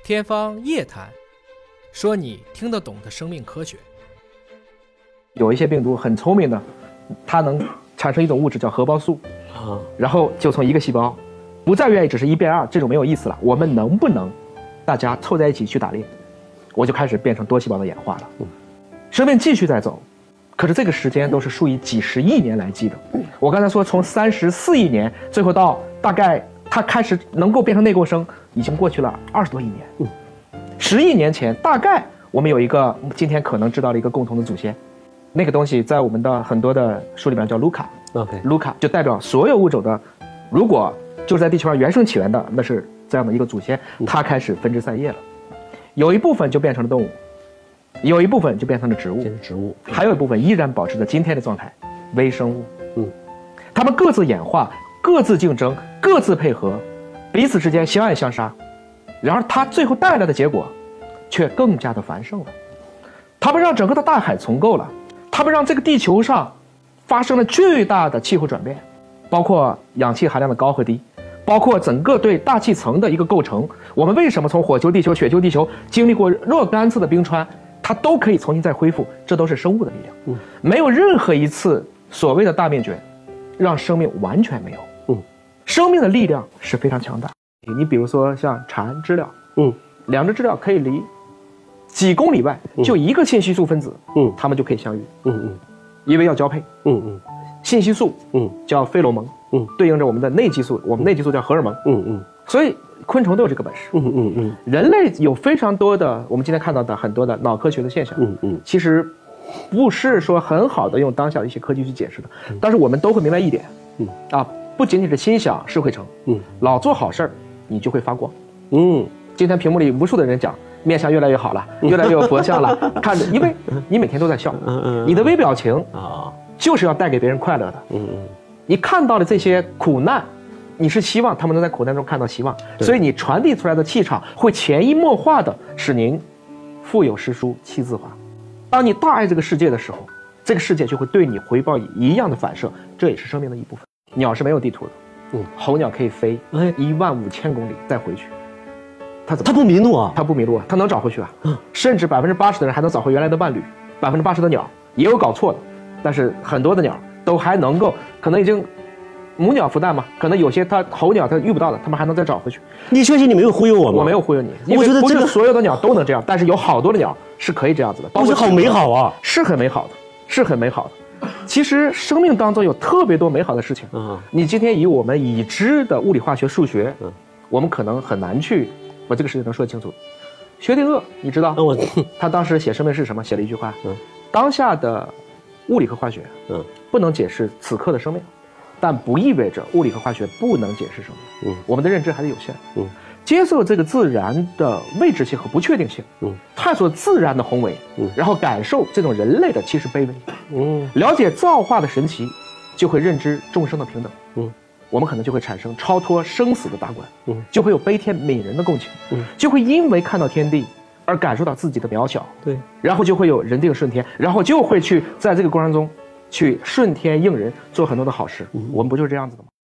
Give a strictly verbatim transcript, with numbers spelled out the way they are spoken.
天方夜谭，说你听得懂的生命科学。 有一些病毒很聪明的，它能产生一种物质叫核胞素，啊，然后就从一个细胞，不再愿意只是一变二，这种没有意思了。我们能不能大家凑在一起去打猎？我就开始变成多细胞的演化了。嗯，生命继续在走，可是这个时间都是数以几十亿年来计的。我刚才说从三十四亿年，最后到大概它开始能够变成内共生，已经过去了二十多亿年。嗯，十亿年前，大概我们有一个今天可能知道的一个共同的祖先。那个东西在我们的很多的书里面叫卢卡 ，OK， 卢卡就代表所有物种的，如果就是在地球上原生起源的，那是这样的一个祖先，它开始分枝散叶了，有一部分就变成了动物，有一部分就变成了植物， 植物， 还有一部分依然保持着今天的状态，微生物。嗯，它们各自演化，各自竞争，各自配合，彼此之间相爱相杀，然而它最后带来的结果，却更加的繁盛了。它们让整个的大海重构了。它们让这个地球上发生了巨大的气候转变，包括氧气含量的高和低，包括整个对大气层的一个构成。我们为什么从火球地球、雪球地球经历过若干次的冰川，它都可以重新再恢复？这都是生物的力量。嗯，没有任何一次所谓的大灭绝，让生命完全没有。嗯，生命的力量是非常强大。你比如说像蝉知了，嗯，两只知了可以离几公里外就一个信息素分子，嗯，它们就可以相遇，嗯嗯，因为要交配，嗯嗯，信息素，嗯，叫费洛蒙，嗯，对应着我们的内激素，我们内激素叫荷尔蒙，嗯嗯，所以昆虫都有这个本事，嗯嗯嗯，人类有非常多的我们今天看到的很多的脑科学的现象，嗯嗯，其实不是说很好的用当下的一些科技去解释的，但是我们都会明白一点，嗯啊，不仅仅是心想事会成，嗯，老做好事儿，你就会发光，嗯，今天屏幕里无数的人讲。面相越来越好了，越来越有佛像了。看着，因为你每天都在笑，你的微表情啊，就是要带给别人快乐的。嗯嗯，你看到的这些苦难，你是希望他们能在苦难中看到希望，所以你传递出来的气场会潜移默化的使您腹有诗书气自华。当你大爱这个世界的时候，这个世界就会对你回报以一样的反射，这也是生命的一部分。鸟是没有地图的，嗯，候鸟可以飞一万五千公里再回去。他怎么？他不迷路啊！ 他不迷路啊！他能找回去啊！嗯，甚至百分之八十的人还能找回原来的伴侣，百分之八十的鸟也有搞错的，但是很多的鸟都还能够，可能已经母鸟孵蛋嘛，可能有些它候鸟它遇不到的，它们还能再找回去。 你确信你没有忽悠我吗？ 我没有忽悠你， 我觉得不是所有的鸟都能这样，但是有好多的鸟是可以这样子的， 包括好美好啊， 是很美好的，是很美好的。其实生命当中有特别多美好的事情。嗯，你今天以我们已知的物理、化学、数学，嗯，我们可能很难去。我这个事情能说清楚，薛定谔你知道？我他当时写生命是什么？写了一句话：嗯，当下的物理和化学，嗯，不能解释此刻的生命，但不意味着物理和化学不能解释生命。嗯，我们的认知还是有限。嗯，接受这个自然的未知性和不确定性。嗯，探索自然的宏伟。嗯，然后感受这种人类的其实卑微。嗯，了解造化的神奇，就会认知众生的平等。嗯。我们可能就会产生超脱生死的大观，嗯，就会有悲天悯人的共情，嗯，就会因为看到天地而感受到自己的渺小，对，然后就会有人定顺天，然后就会去在这个过程中去顺天应人，做很多的好事。嗯，我们不就是这样子的吗？